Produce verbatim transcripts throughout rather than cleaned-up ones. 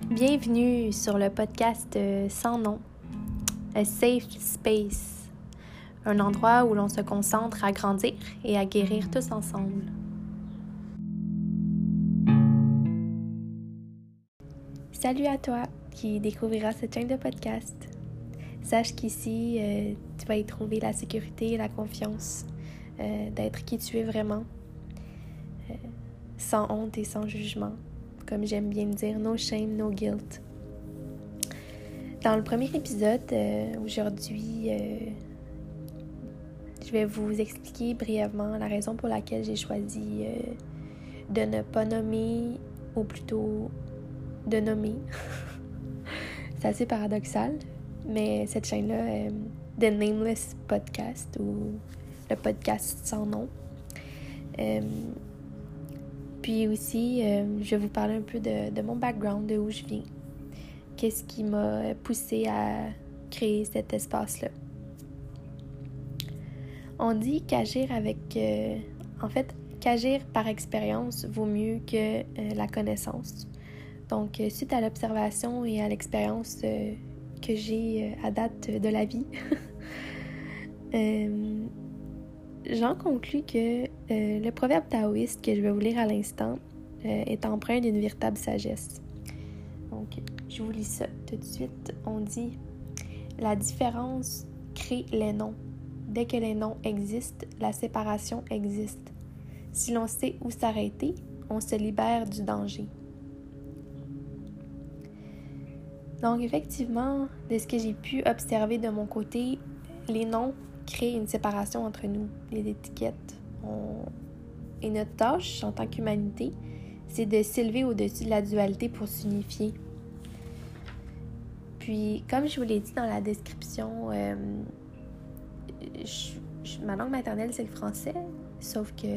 Bienvenue sur le podcast euh, Sans nom, A Safe Space, un endroit où l'on se concentre à grandir et à guérir tous ensemble. Salut à toi qui découvrira cette chaîne de podcast. Sache qu'ici, euh, tu vas y trouver la sécurité et la confiance euh, d'être qui tu es vraiment, euh, sans honte et sans jugement. Comme j'aime bien le dire, no shame, no guilt. Dans le premier épisode, euh, aujourd'hui, euh, je vais vous expliquer brièvement la raison pour laquelle j'ai choisi euh, de ne pas nommer, ou plutôt de nommer. C'est assez paradoxal, mais cette chaîne-là, euh, The Nameless Podcast, ou le podcast sans nom. Euh, Puis aussi, euh, je vais vous parler un peu de, de mon background, de où je viens. Qu'est-ce qui m'a poussée à créer cet espace-là. On dit qu'agir avec... Euh, en fait, qu'agir par expérience vaut mieux que euh, la connaissance. Donc, euh, suite à l'observation et à l'expérience euh, que j'ai euh, à date de la vie, euh, j'en conclus que euh, le proverbe taoïste que je vais vous lire à l'instant euh, est empreint d'une véritable sagesse. Donc, je vous lis ça tout de suite. On dit « La différence crée les noms. Dès que les noms existent, la séparation existe. Si l'on sait où s'arrêter, on se libère du danger. » Donc, effectivement, de ce que j'ai pu observer de mon côté, les noms créer une séparation entre nous, les étiquettes. On... Et notre tâche, en tant qu'humanité, c'est de s'élever au-dessus de la dualité pour s'unifier. Puis, comme je vous l'ai dit dans la description, euh, je, je, ma langue maternelle, c'est le français, sauf que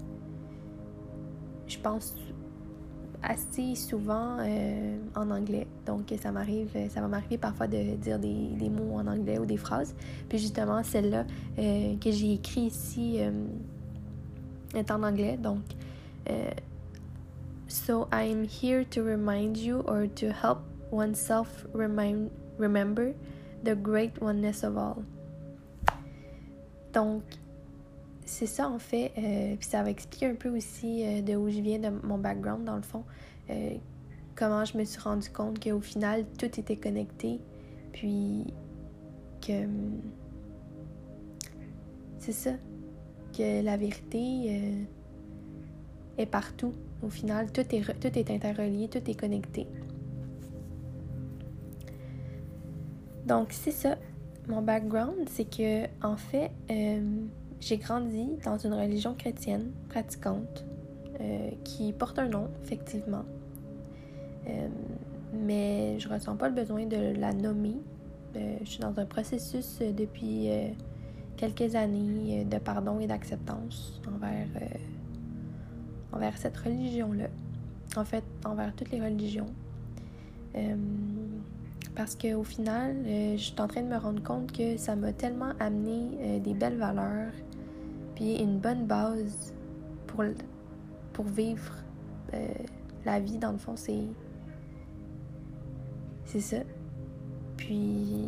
je pense assez souvent euh, en anglais. Donc, ça m'arrive, ça va m'arriver parfois de dire des, des mots en anglais ou des phrases. Puis justement, celle-là euh, que j'ai écrit ici euh, est en anglais. Donc, euh, So I'm here to remind you or to help oneself remind, remember the great oneness of all. Donc, c'est ça, en fait. Euh, puis ça va expliquer un peu aussi euh, de où je viens, de mon background, dans le fond. Euh, comment je me suis rendu compte qu'au final, tout était connecté. Puis que... C'est ça. Que la vérité euh, est partout. Au final, tout est, tout est interrelié, tout est connecté. Donc, c'est ça. Mon background, c'est que, en fait... Euh, J'ai grandi dans une religion chrétienne pratiquante euh, qui porte un nom, effectivement. Euh, mais je ne ressens pas le besoin de la nommer. Euh, je suis dans un processus euh, depuis euh, quelques années euh, de pardon et d'acceptance envers, euh, envers cette religion-là. En fait, envers toutes les religions. Euh, parce qu'au final, euh, je suis en train de me rendre compte que ça m'a tellement amené euh, des belles valeurs, puis une bonne base pour, pour vivre euh, la vie, dans le fond, c'est c'est ça. Puis,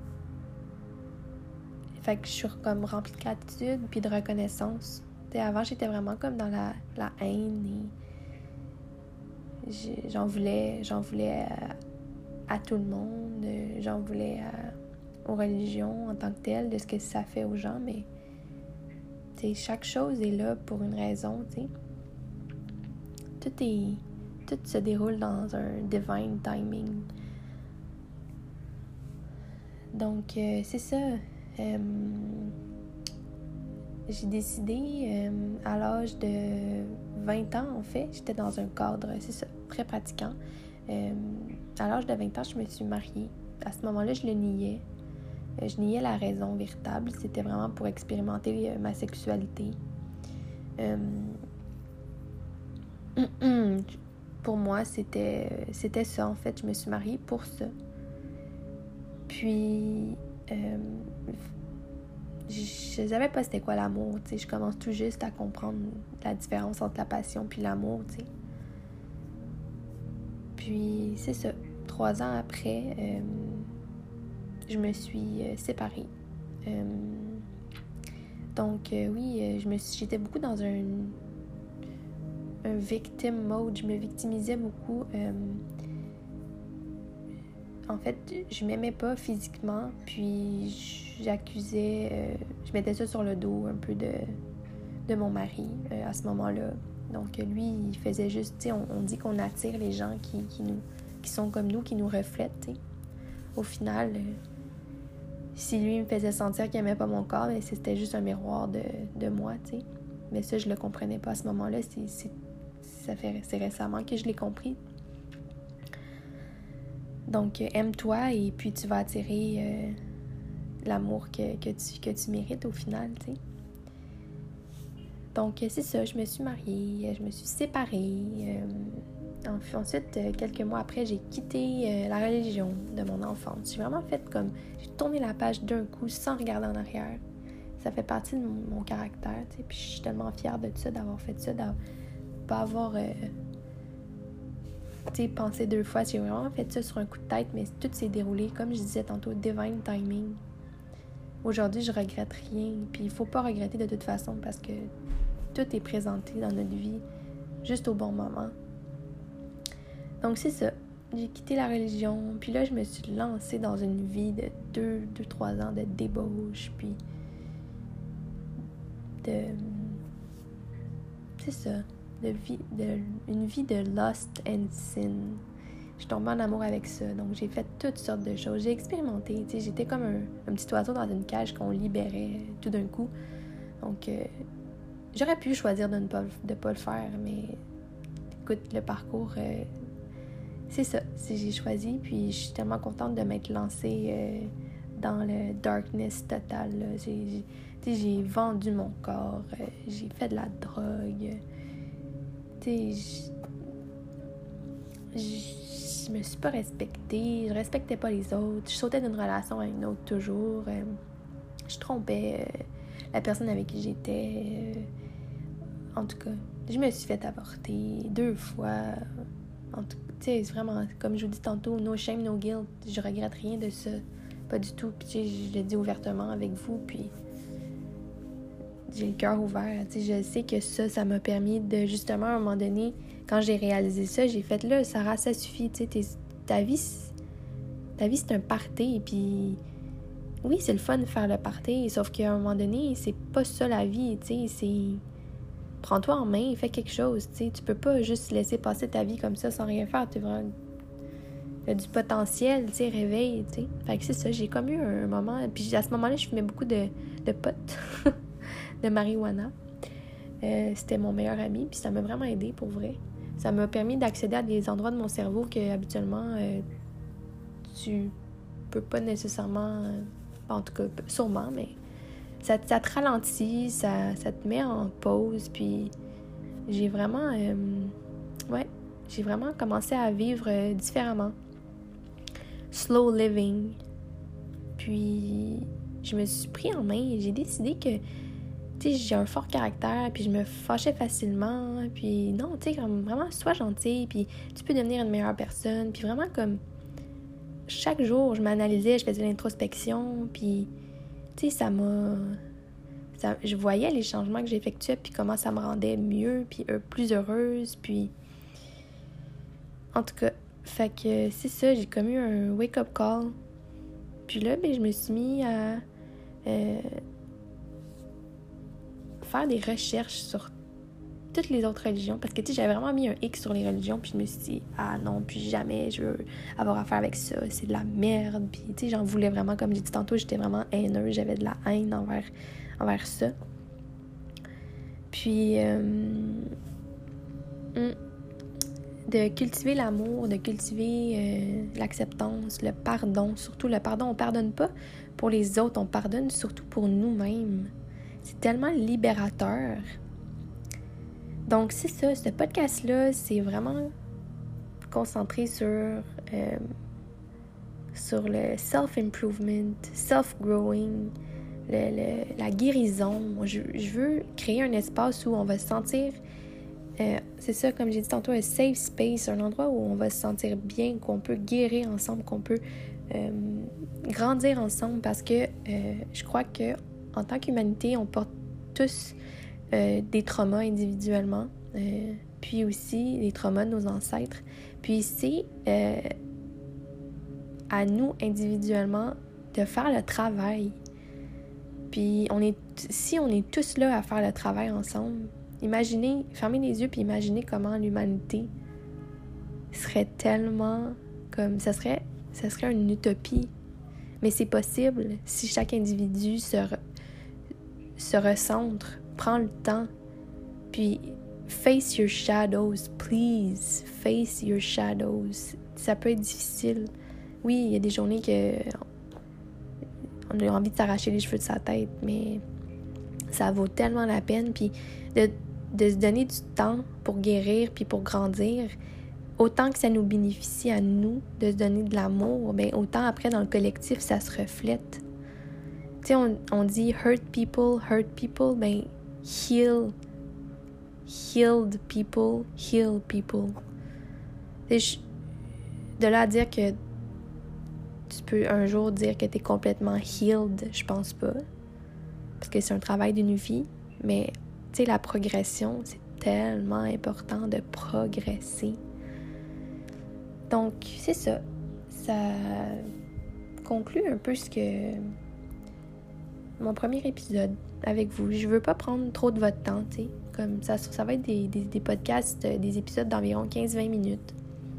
fait que je suis comme remplie de gratitude puis de reconnaissance. T'sais, avant, j'étais vraiment comme dans la, la haine et j'en voulais, j'en voulais à, à tout le monde, j'en voulais à, aux religions en tant que telles, de ce que ça fait aux gens, mais t'sais, chaque chose est là pour une raison, tu sais. Tout est... Tout se déroule dans un divine timing. Donc, euh, c'est ça. Euh, j'ai décidé, euh, à l'âge de vingt ans, en fait, j'étais dans un cadre, c'est ça, très pratiquant. Euh, à l'âge de vingt ans, je me suis mariée. À ce moment-là, je le niais. Je niais la raison véritable. C'était vraiment pour expérimenter ma sexualité. Euh... Pour moi, c'était, c'était ça, en fait. Je me suis mariée pour ça. Puis, euh... je ne savais pas c'était quoi l'amour, tu sais. Je commence tout juste à comprendre la différence entre la passion puis l'amour, tu sais. Puis, c'est ça. trois ans après, euh, je me suis euh, séparée. Euh, donc, euh, oui, euh, je me suis, j'étais beaucoup dans un, un victim mode. Je me victimisais beaucoup. Euh, en fait, je m'aimais pas physiquement, puis j'accusais, euh, je mettais ça sur le dos un peu de, de mon mari euh, à ce moment-là. Donc, lui, il faisait juste, tu sais, on, on dit qu'on attire les gens qui, qui, nous, qui sont comme nous, qui nous reflètent, tu sais. Au final, euh, si lui me faisait sentir qu'il aimait pas mon corps, ben, c'était juste un miroir de, de moi, tu sais. Mais ça, je le comprenais pas à ce moment-là. C'est, c'est, ça fait, c'est récemment que je l'ai compris. Donc, euh, aime-toi et puis tu vas attirer euh, l'amour que, que, tu, que tu mérites au final, tu sais. Donc, c'est ça, je me suis mariée, je me suis séparée. Euh, ensuite, quelques mois après, j'ai quitté euh, la religion de mon enfance. J'ai vraiment fait comme... J'ai tourné la page d'un coup sans regarder en arrière. Ça fait partie de mon, mon caractère, tu sais. Puis je suis tellement fière de ça, d'avoir fait ça, de pas avoir... Euh, tu sais, pensé deux fois. J'ai vraiment fait ça sur un coup de tête, mais tout s'est déroulé, comme je disais tantôt, divine timing. Aujourd'hui, je regrette rien. Puis il faut pas regretter de toute façon parce que tout est présenté dans notre vie juste au bon moment. Donc c'est ça. J'ai quitté la religion. Puis là, je me suis lancée dans une vie de deux, deux, trois ans de débauche. Puis de... C'est ça. De vie, de... Une vie de lust and sin. Je suis tombée en amour avec ça. Donc, j'ai fait toutes sortes de choses. J'ai expérimenté. Tu sais, j'étais comme un, un petit oiseau dans une cage qu'on libérait tout d'un coup. Donc, euh, j'aurais pu choisir de ne pas, de pas le faire, mais écoute, le parcours, euh, c'est ça. C'est, j'ai choisi, puis je suis tellement contente de m'être lancée euh, dans le darkness total. Là. J'ai, j'ai, j'ai vendu mon corps, euh, j'ai fait de la drogue. Tu sais, je me suis pas respectée, je respectais pas les autres, je sautais d'une relation à une autre toujours, euh, je trompais euh, la personne avec qui j'étais, euh, en tout cas, je me suis fait avorter deux fois, en tout cas, tu sais, vraiment, comme je vous dis tantôt, no shame, no guilt, je regrette rien de ça, pas du tout, puis tu sais, je le dis ouvertement avec vous, puis j'ai le cœur ouvert, tu sais, je sais que ça, ça m'a permis de, justement, à un moment donné, quand j'ai réalisé ça, j'ai fait là, Sarah, ça suffit, tu sais, ta vie, ta vie, c'est un party, et puis, oui, c'est le fun de faire le party, sauf qu'à un moment donné, c'est pas ça la vie, tu sais, c'est, prends-toi en main, fais quelque chose, tu sais, tu peux pas juste laisser passer ta vie comme ça sans rien faire, tu vraiment, t'as du potentiel, tu sais, réveille, tu sais, fait que c'est ça, j'ai comme eu un moment, puis à ce moment-là, je fumais beaucoup de, de potes, de marijuana, euh, c'était mon meilleur ami, puis ça m'a vraiment aidé pour vrai. Ça m'a permis d'accéder à des endroits de mon cerveau que habituellement euh, tu peux pas nécessairement, euh, en tout cas sûrement, mais ça, ça te ralentit, ça, ça te met en pause, puis j'ai vraiment, euh, ouais, j'ai vraiment commencé à vivre euh, différemment, slow living, puis je me suis pris en main et j'ai décidé que tu sais, j'ai un fort caractère, puis je me fâchais facilement, puis non, tu sais, comme vraiment, sois gentil, puis tu peux devenir une meilleure personne, puis vraiment comme, chaque jour, je m'analysais, je faisais l'introspection, puis, tu sais, ça m'a, ça, je voyais les changements que j'effectuais, puis comment ça me rendait mieux, puis euh, plus heureuse, puis, en tout cas, fait que c'est ça, j'ai comme eu un wake-up call, puis là, ben, je me suis mis à... Euh, faire des recherches sur toutes les autres religions, parce que tu sais, j'avais vraiment mis un X sur les religions, puis je me suis dit, ah non, plus jamais je veux avoir affaire avec ça, c'est de la merde, puis tu sais, j'en voulais vraiment, comme j'ai dit tantôt, j'étais vraiment haineuse, j'avais de la haine envers, envers ça. Puis, euh, de cultiver l'amour, de cultiver euh, l'acceptance, le pardon, surtout le pardon, on pardonne pas pour les autres, on pardonne surtout pour nous-mêmes. C'est tellement libérateur. Donc, c'est ça. Ce podcast-là, c'est vraiment concentré sur, euh, sur le self-improvement, self-growing, le, le, la guérison. Je, je veux créer un espace où on va se sentir euh, c'est ça, comme j'ai dit tantôt, un safe space, un endroit où on va se sentir bien, qu'on peut guérir ensemble, qu'on peut euh, grandir ensemble, parce que euh, je crois que en tant qu'humanité, on porte tous euh, des traumas individuellement, euh, puis aussi les traumas de nos ancêtres. Puis c'est euh, à nous individuellement de faire le travail. Puis on est, si on est tous là à faire le travail ensemble, imaginez, fermez les yeux puis imaginez comment l'humanité serait tellement comme, ça serait, ça serait une utopie. Mais c'est possible si chaque individu se, re, se recentre, prend le temps, puis face your shadows, please, face your shadows. Ça peut être difficile. Oui, il y a des journées que on a envie de s'arracher les cheveux de sa tête, mais ça vaut tellement la peine. Puis de, de se donner du temps pour guérir puis pour grandir, autant que ça nous bénéficie à nous de se donner de l'amour, bien autant après dans le collectif, ça se reflète. Tu sais, on, on dit « hurt people, hurt people », bien « heal ». Healed people, heal people. De là à dire que tu peux un jour dire que tu es complètement healed, je pense pas. Parce que c'est un travail d'une vie. Mais, tu sais, la progression, c'est tellement important de progresser. Donc, c'est ça. Ça conclut un peu ce que... mon premier épisode avec vous. Je veux pas prendre trop de votre temps, tu sais. Comme ça, ça va être des, des, des podcasts, des épisodes d'environ quinze à vingt minutes.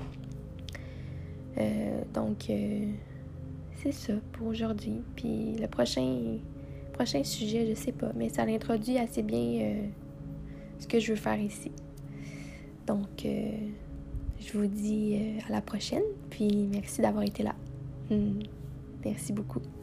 Euh, donc, euh, c'est ça pour aujourd'hui. Puis le prochain, prochain sujet, je sais pas, mais ça l'introduit assez bien euh, ce que je veux faire ici. Donc, euh, je vous dis euh, à la prochaine. Puis merci d'avoir été là. Mmh. Merci beaucoup.